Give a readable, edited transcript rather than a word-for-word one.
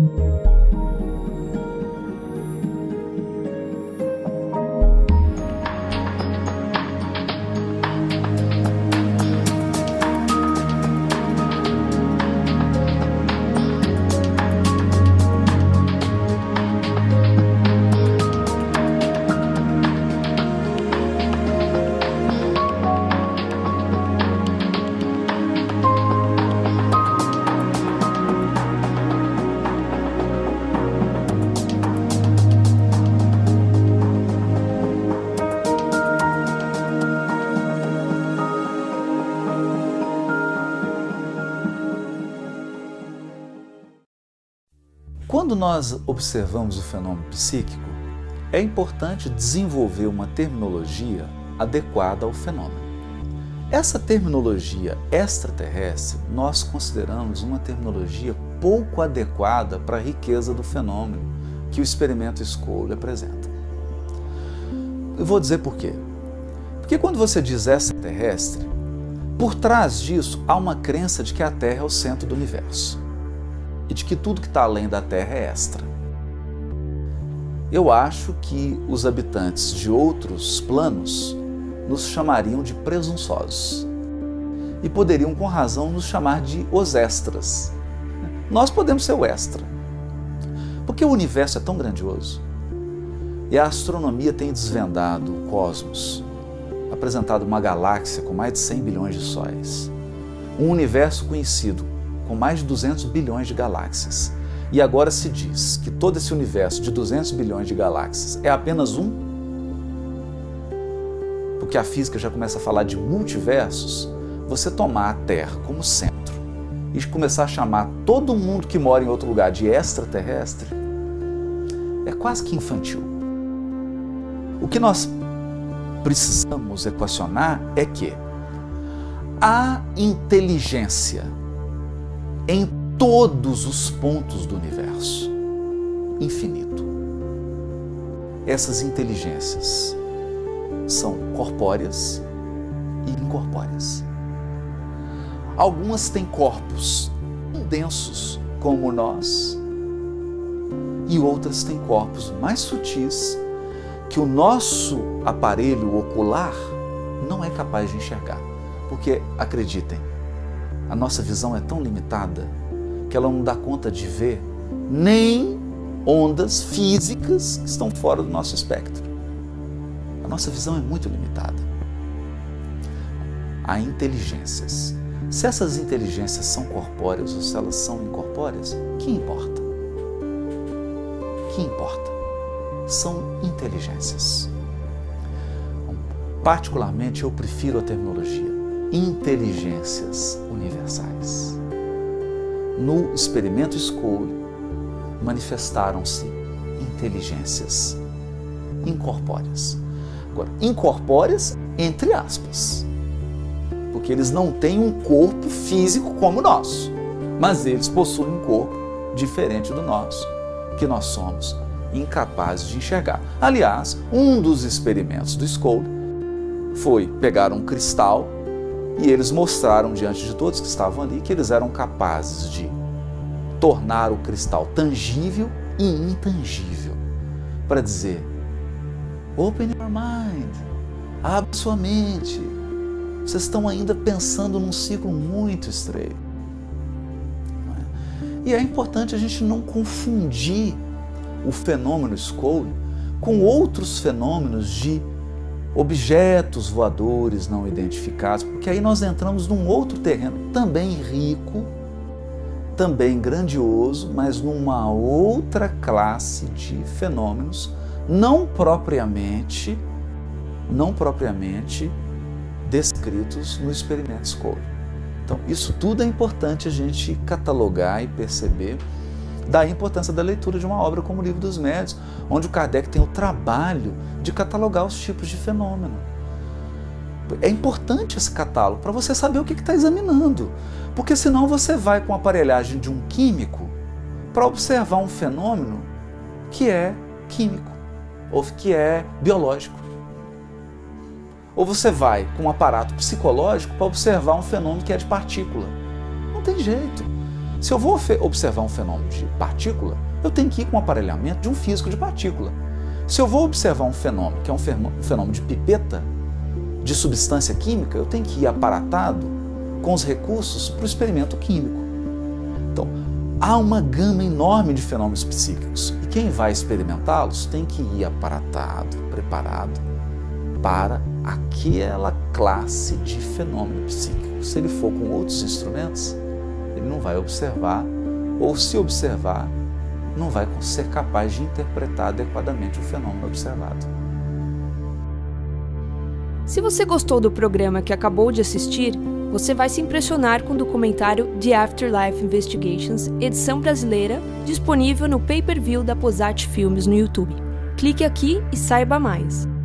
Quando nós observamos o fenômeno psíquico, é importante desenvolver uma terminologia adequada ao fenômeno. Essa terminologia extraterrestre nós consideramos uma terminologia pouco adequada para a riqueza do fenômeno que o experimento Scully apresenta. Eu vou dizer por quê. Porque quando você diz extraterrestre, por trás disso há uma crença de que a Terra é o centro do universo e de que tudo que está além da Terra é extra. Eu acho que os habitantes de outros planos nos chamariam de presunçosos e poderiam com razão nos chamar de os extras. Nós podemos ser o extra, porque o universo é tão grandioso e a astronomia tem desvendado o cosmos, apresentado uma galáxia com mais de 100 bilhões de sóis, um universo conhecido com mais de 200 bilhões de galáxias. E agora se diz que todo esse universo de 200 bilhões de galáxias é apenas um, porque a física já começa a falar de multiversos. Você tomar a Terra como centro e começar a chamar todo mundo que mora em outro lugar de extraterrestre é quase que infantil. O que nós precisamos equacionar é que a inteligência em todos os pontos do universo infinito. Essas inteligências são corpóreas e incorpóreas. Algumas têm corpos densos como nós e outras têm corpos mais sutis que o nosso aparelho ocular não é capaz de enxergar. Porque, acreditem, a nossa visão é tão limitada que ela não dá conta de ver nem ondas físicas que estão fora do nosso espectro. A nossa visão é muito limitada. Há inteligências. Se essas inteligências são corpóreas ou se elas são incorpóreas, que importa? Que importa? São inteligências. Particularmente, eu prefiro a terminologia inteligências universais. No experimento Scully, manifestaram-se inteligências incorpóreas. Agora, incorpóreas entre aspas, porque eles não têm um corpo físico como o nosso, mas eles possuem um corpo diferente do nosso, que nós somos incapazes de enxergar. Aliás, um dos experimentos do Scully foi pegar um cristal e eles mostraram diante de todos que estavam ali que eles eram capazes de tornar o cristal tangível e intangível, para dizer: open your mind, abra sua mente, vocês estão ainda pensando num ciclo muito estreito. E é importante a gente não confundir o fenômeno Scully com outros fenômenos de objetos voadores não identificados, porque aí nós entramos num outro terreno também rico, também grandioso, mas numa outra classe de fenômenos não propriamente descritos no experimento Scully. Então, isso tudo é importante a gente catalogar e perceber da importância da leitura de uma obra como o Livro dos Médiuns, onde o Kardec tem o trabalho de catalogar os tipos de fenômeno. É importante esse catálogo para você saber o que está examinando, porque senão você vai com a aparelhagem de um químico para observar um fenômeno que é químico ou que é biológico. Ou você vai com um aparato psicológico para observar um fenômeno que é de partícula. Não tem jeito. Se eu vou observar um fenômeno de partícula, eu tenho que ir com o aparelhamento de um físico de partícula. Se eu vou observar um fenômeno, que é um fenômeno de pipeta, de substância química, eu tenho que ir aparatado com os recursos para o experimento químico. Então, há uma gama enorme de fenômenos psíquicos e quem vai experimentá-los tem que ir aparatado, preparado para aquela classe de fenômeno psíquico. Se ele for com outros instrumentos, ele não vai observar, ou se observar, não vai ser capaz de interpretar adequadamente o fenômeno observado. Se você gostou do programa que acabou de assistir, você vai se impressionar com o documentário The Afterlife Investigations, edição brasileira, disponível no pay-per-view da Posati Filmes no YouTube. Clique aqui e saiba mais.